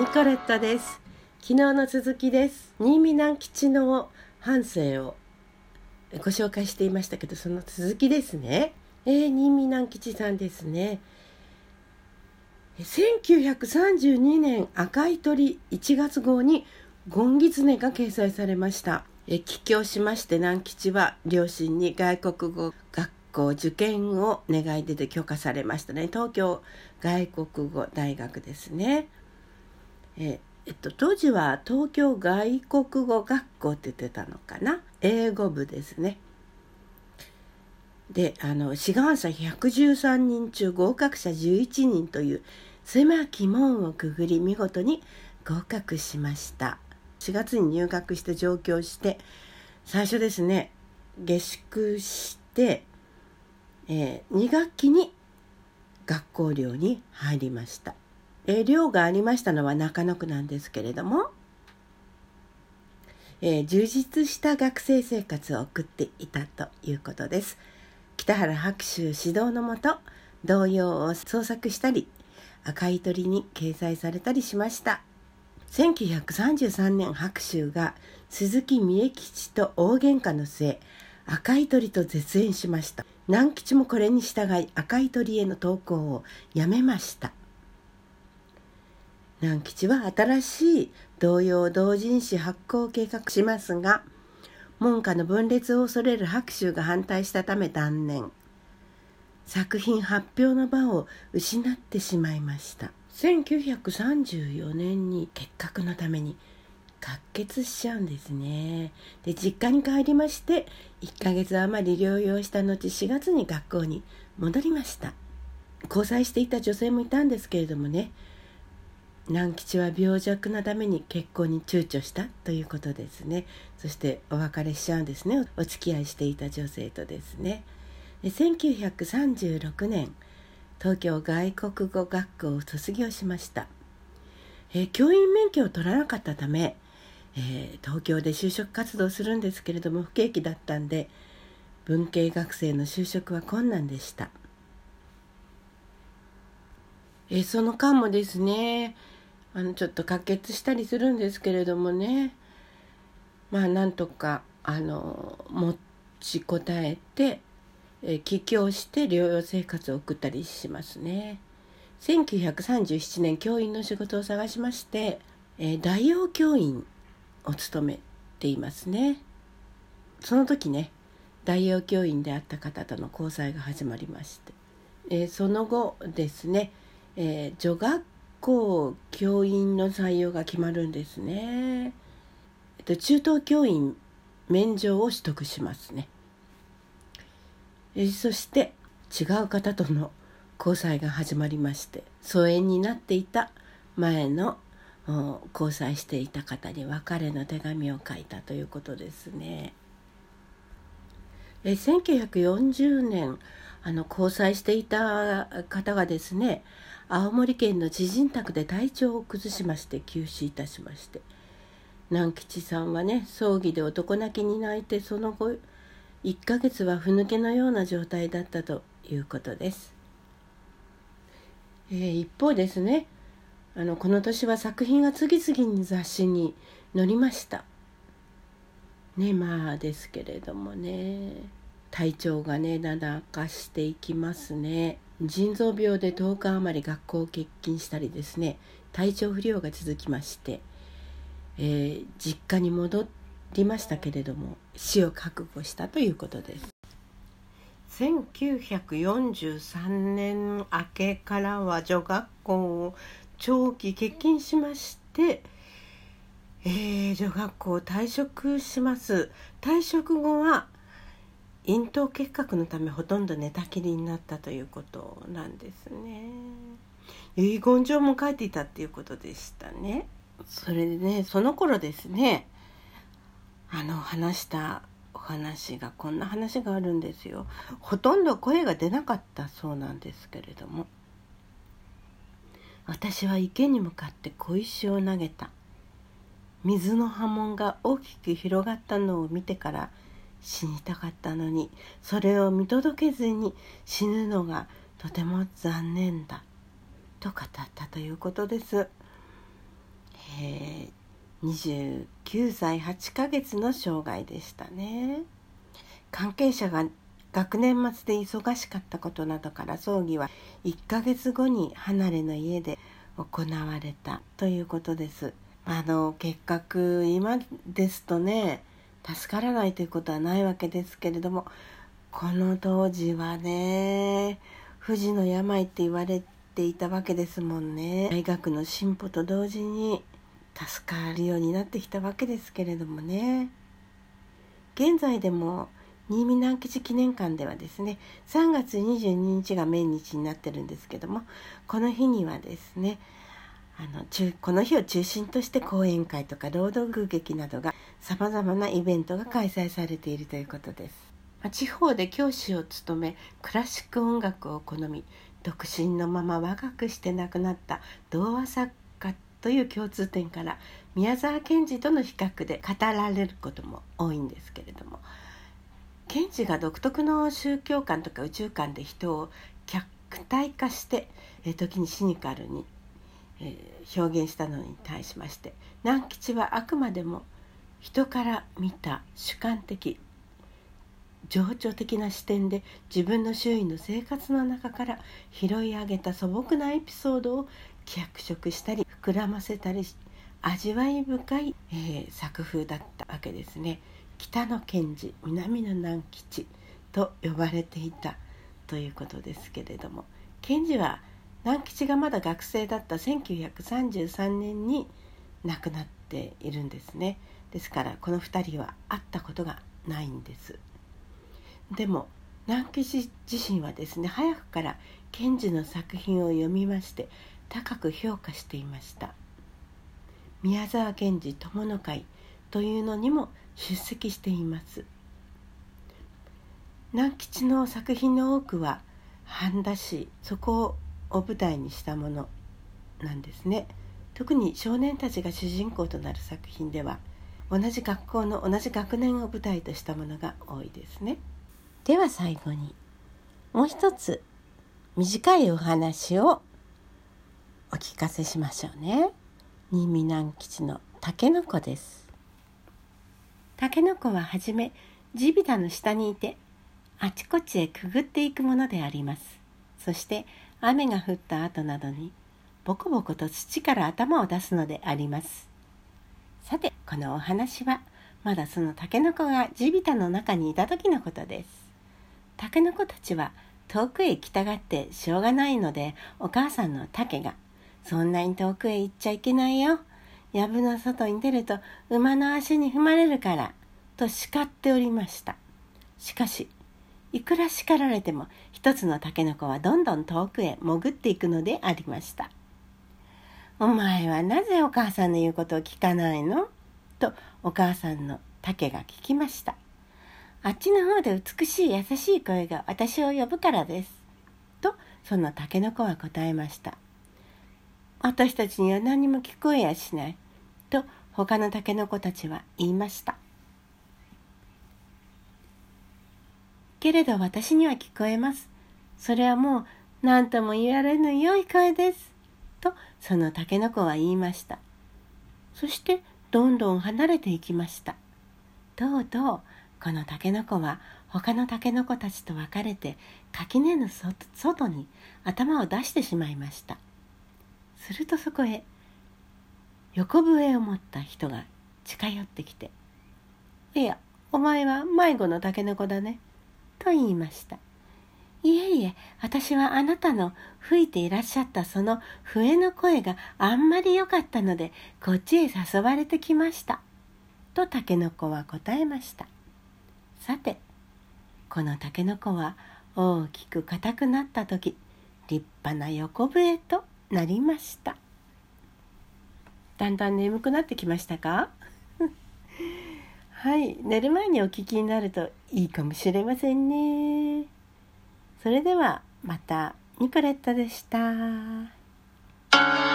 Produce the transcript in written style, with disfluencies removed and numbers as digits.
ニコレットです。昨日の続きです。新見南吉の半生をご紹介していましたけど、その続きですね。新見南吉さんですね。1932年赤い鳥1月号にゴンギツネが掲載されました。帰郷しまして南吉は両親に外国語学校受験を願い出て許可されましたね。東京外国語大学ですね。当時は東京外国語学校って言ってたのかな、英語部ですね。で、志願者113人中合格者11人という狭き門をくぐり見事に合格しました。4月に入学して上京して、最初ですね、下宿して、2学期に学校寮に入りました。寮がありましたのは中野区なんですけれども、充実した学生生活を送っていたということです。北原白秋指導のもと童謡を創作したり、赤い鳥に掲載されたりしました。1933年白秋が鈴木三重吉と大喧嘩の末、赤い鳥と絶縁しました。南吉もこれに従い赤い鳥への投稿をやめました。南吉は新しい童謡同人誌発行を計画しますが、門下の分裂を恐れる白秋が反対したため断念。作品発表の場を失ってしまいました。1934年に結核のために喀血しちゃうんですね。で、実家に帰りまして1ヶ月余り療養した後、4月に学校に戻りました。交際していた女性もいたんですけれどもね、南吉は病弱なために結婚に躊躇したということですね。そしてお別れしちゃうんですね、お付き合いしていた女性とですね。1936年東京外国語学校を卒業しました。教員免許を取らなかったため、東京で就職活動するんですけれども、不景気だったんで文系学生の就職は困難でした。その間もですね、ちょっと喀血したりするんですけれどもね、なんとか持ちこたえて、帰郷して療養生活を送ったりしますね。1937年教員の仕事を探しまして、大王教員を務めていますね。その時ね、大王教員であった方との交際が始まりまして、その後ですね、女学校教員の採用が決まるんですね。中等教員免状を取得しますね。そして違う方との交際が始まりまして、疎遠になっていた前の交際していた方に別れの手紙を書いたということですね。1940年交際していた方がですね、青森県の知人宅で体調を崩しまして急死いたしまして、南吉さんはね、葬儀で男泣きに泣いて、その後1ヶ月はふぬけのような状態だったということです。一方ですね、この年は作品が次々に雑誌に載りましたね。ですけれどもね、体調がねだんだん悪化していきますね。腎臓病で10日余り学校を欠勤したりですね、体調不良が続きまして、実家に戻りましたけれども、死を覚悟したということです。1943年明けからは女学校を長期欠勤しまして、女学校を退職します。退職後は咽頭結核のためほとんど寝たきりになったということなんですね。遺言状も書いていたっていうことでしたね。それでね、その頃ですね、話したお話が、こんな話があるんですよ。ほとんど声が出なかったそうなんですけれども、私は池に向かって小石を投げた。水の波紋が大きく広がったのを見てから死にたかったのに、それを見届けずに死ぬのがとても残念だと語ったということです。 29歳8ヶ月の生涯でしたね。関係者が学年末で忙しかったことなどから葬儀は1ヶ月後に離れの家で行われたということです。結核今ですとね、助からないということはないわけですけれども、この当時はね、不治の病って言われていたわけですもんね。医学の進歩と同時に助かるようになってきたわけですけれどもね。現在でも新見南吉記念館ではですね、3月22日が命日になってるんですけども、この日にはですね、この日を中心として講演会とか朗読劇などがさまざまなイベントが開催されているということです。地方で教師を務め、クラシック音楽を好み、独身のまま若くして亡くなった童話作家という共通点から、宮沢賢治との比較で語られることも多いんですけれども、賢治が独特の宗教観とか宇宙観で人を客体化して、時にシニカルに、表現したのに対しまして、南吉はあくまでも人から見た主観的情緒的な視点で自分の周囲の生活の中から拾い上げた素朴なエピソードを脚色したり膨らませたり味わい深い、作風だったわけですね。北の賢治、南の南吉と呼ばれていたということですけれども、賢治は南吉がまだ学生だった1933年に亡くなっているんですね。ですからこの2人は会ったことがないんです。でも南吉自身はですね、早くから賢治の作品を読みまして高く評価していました。宮沢賢治友の会というのにも出席しています。南吉の作品の多くは半田市、そこを舞台にしたものなんですね。特に少年たちが主人公となる作品では、同じ学校の同じ学年を舞台としたものが多いですね。では最後にもう一つ短いお話をお聞かせしましょうね。新見南吉のたけのこです。たけのこははじめ地びたの下にいてあちこちへくぐっていくものであります。そして雨が降った後などにボコボコと土から頭を出すのであります。さてこのお話はまだそのたけのこが地びたの中にいた時のことです。たけのこたちは遠くへ行きたがってしょうがないので、お母さんのたけがそんなに遠くへ行っちゃいけないよ、藪の外に出ると馬の足に踏まれるからと叱っておりました。しかしいくら叱られても一つのたけのこはどんどん遠くへ潜っていくのでありました。お前はなぜお母さんの言うことを聞かないのとお母さんのたけが聞きました。あっちの方で美しい優しい声が私を呼ぶからですとそのたけのこは答えました。私たちには何も聞こえやしないと他のたけのこたちは言いました。けれど私には聞こえます。それはもう何とも言われぬ良い声ですとそのたけのこは言いました。そしてどんどん離れていきました。とうとうこのたけのこは他のたけのこたちと別れて垣根の外に頭を出してしまいました。するとそこへ横笛を持った人が近寄ってきて、いや、お前は迷子のたけのこだねと言いました。いえいえ、私はあなたの吹いていらっしゃったその笛の声があんまり良かったのでこっちへ誘われてきましたとたけのこは答えました。さてこのたけのこは大きく硬くなった時、立派な横笛となりました。だんだん眠くなってきましたかはい、寝る前にお聞きになるといいかもしれませんね。それではまた。ニコレットでした。